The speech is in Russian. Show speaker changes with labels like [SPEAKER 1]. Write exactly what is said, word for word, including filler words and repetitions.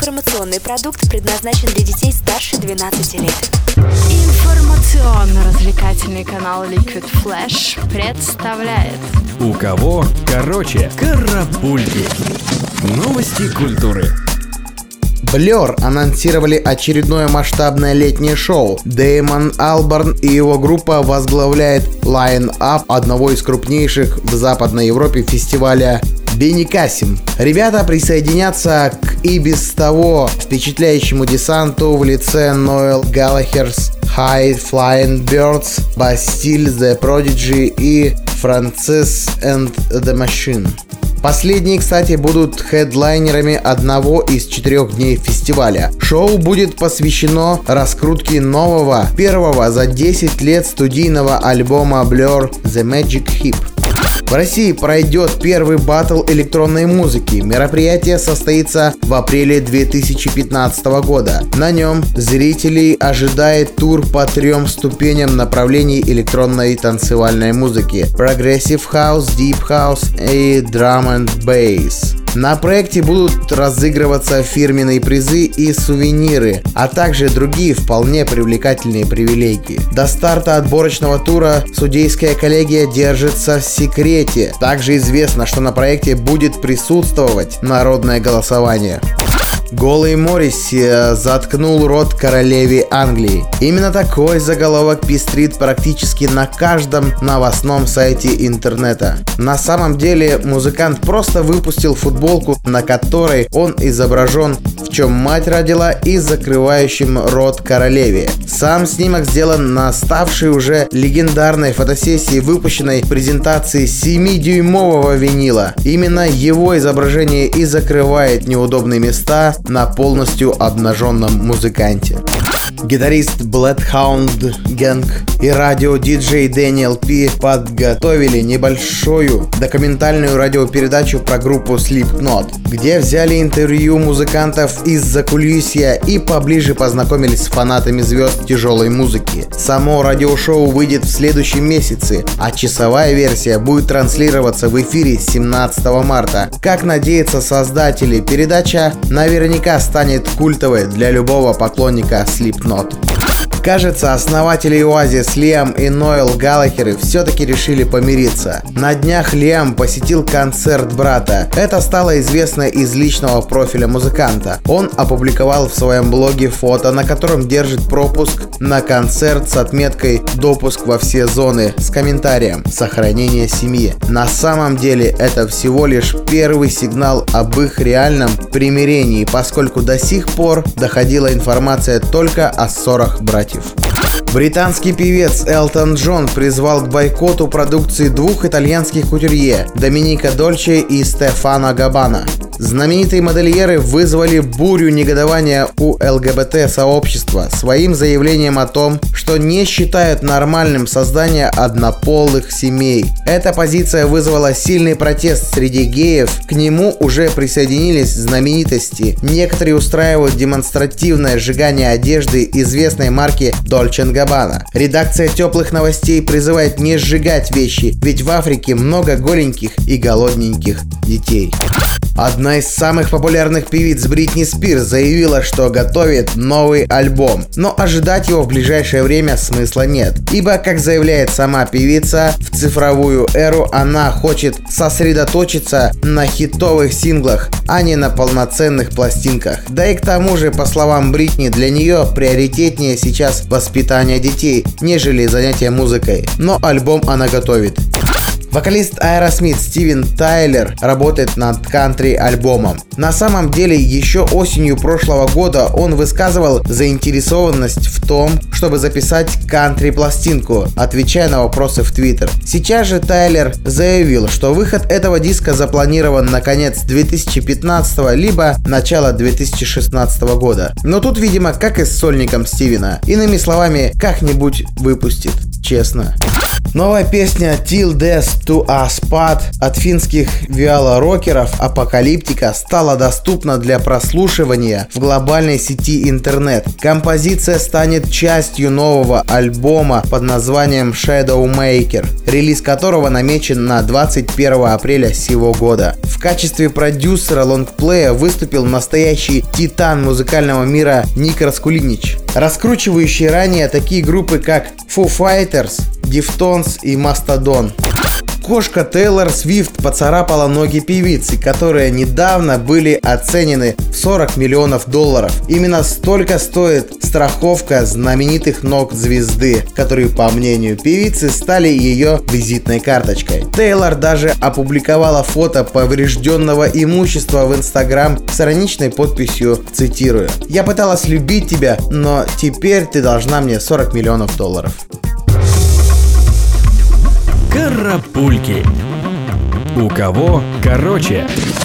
[SPEAKER 1] Информационный продукт предназначен для детей старше двенадцати лет.
[SPEAKER 2] Информационно-развлекательный канал Liquid Flash представляет.
[SPEAKER 3] У кого короче карапульки. Новости культуры.
[SPEAKER 4] Blur анонсировали очередное масштабное летнее шоу. Дэймон Албарн и его группа возглавляет лайн-ап одного из крупнейших в Западной Европе фестиваля Беникасим. Ребята присоединятся к и без того впечатляющему десанту в лице Ноэл Галлахерс, High Flying Birds, Bastille, The Prodigy и Francis and the Machine. Последние, кстати, будут хедлайнерами одного из четырех дней фестиваля. Шоу будет посвящено раскрутке нового, первого за десять лет студийного альбома Blur The Magic Hip. В России пройдет первый баттл электронной музыки. Мероприятие состоится в апреле две тысячи пятнадцатого года. На нем зрителей ожидает тур по трем ступеням направлений электронной танцевальной музыки: Progressive House, Deep House и Drum and Bass. На проекте будут разыгрываться фирменные призы и сувениры, а также другие вполне привлекательные привилегии. До старта отборочного тура судейская коллегия держится в секрете. Также известно, что на проекте будет присутствовать народное голосование. Голый Морриси заткнул рот королеве Англии. Именно такой заголовок пестрит практически на каждом новостном сайте интернета. На самом деле музыкант просто выпустил футболку, на которой он изображен, в чем мать родила, и закрывающим рот королеве. Сам снимок сделан на ставшей уже легендарной фотосессии, выпущенной презентации семидюймового винила. Именно его изображение и закрывает неудобные места на полностью обнаженном музыканте. Гитарист Bloodhound Gang и радиодиджей Дэниел Пи подготовили небольшую документальную радиопередачу про группу Slipknot, где взяли интервью музыкантов из закулисья и поближе познакомились с фанатами звезд тяжелой музыки. Само радиошоу выйдет в следующем месяце, а часовая версия будет транслироваться в эфире семнадцатого марта. Как надеются создатели, передача наверняка станет культовой для любого поклонника Slipknot. Кажется, основатели Oasis Лиам и Ноэл Галлахеры все-таки решили помириться. На днях Лиам посетил концерт брата. Это стало известно из личного профиля музыканта. Он опубликовал в своем блоге фото, на котором держит пропуск на концерт с отметкой «Допуск во все зоны» с комментарием «Сохранение семьи». На самом деле это всего лишь первый сигнал об их реальном примирении, поскольку до сих пор доходила информация только о ссорах братьев. Британский певец Элтон Джон призвал к бойкоту продукции двух итальянских кутюрье – Доминика Дольче и Стефано Габбана. Знаменитые модельеры вызвали бурю негодования у ЛГБТ-сообщества своим заявлением о том, что не считают нормальным создание однополых семей. Эта позиция вызвала сильный протест среди геев, к нему уже присоединились знаменитости. Некоторые устраивают демонстративное сжигание одежды известной марки Dolce энд Gabbana. Редакция теплых новостей призывает не сжигать вещи, ведь в Африке много голеньких и голодненьких детей. Одна из самых популярных певиц Бритни Спирс заявила, что готовит новый альбом, но ожидать его в ближайшее время смысла нет, ибо, как заявляет сама певица, в цифровую эру она хочет сосредоточиться на хитовых синглах, а не на полноценных пластинках. Да и к тому же, по словам Бритни, для нее приоритетнее сейчас воспитание детей, нежели занятие музыкой, но альбом она готовит. Вокалист Aerosmith Стивен Тайлер работает над кантри-альбомом. На самом деле, еще осенью прошлого года он высказывал заинтересованность в том, чтобы записать кантри-пластинку, отвечая на вопросы в Twitter. Сейчас же Тайлер заявил, что выход этого диска запланирован на конец две тысячи пятнадцатого либо начало две тысячи шестнадцатого года. Но тут, видимо, как и с сольником Стивена. Иными словами, как-нибудь выпустит. честно. Новая песня Till Death Do Us Part от финских виоло-рокеров Апокалиптика стала доступна для прослушивания в глобальной сети интернет. Композиция станет частью нового альбома под названием Shadowmaker, релиз которого намечен на двадцать первого апреля сего года. В качестве продюсера лонгплея выступил настоящий титан музыкального мира Ник Раскулинич, раскручивающий ранее такие группы как Foo Fighters, Deftones и Mastodon. Кошка Тейлор Свифт поцарапала ноги певицы, которые недавно были оценены в сорок миллионов долларов. Именно столько стоит страховка знаменитых ног звезды, которые, по мнению певицы, стали ее визитной карточкой. Тейлор даже опубликовала фото поврежденного имущества в Инстаграм с ироничной подписью, цитирую: «Я пыталась любить тебя, но теперь ты должна мне сорок миллионов долларов».
[SPEAKER 3] Карапульки. У кого короче?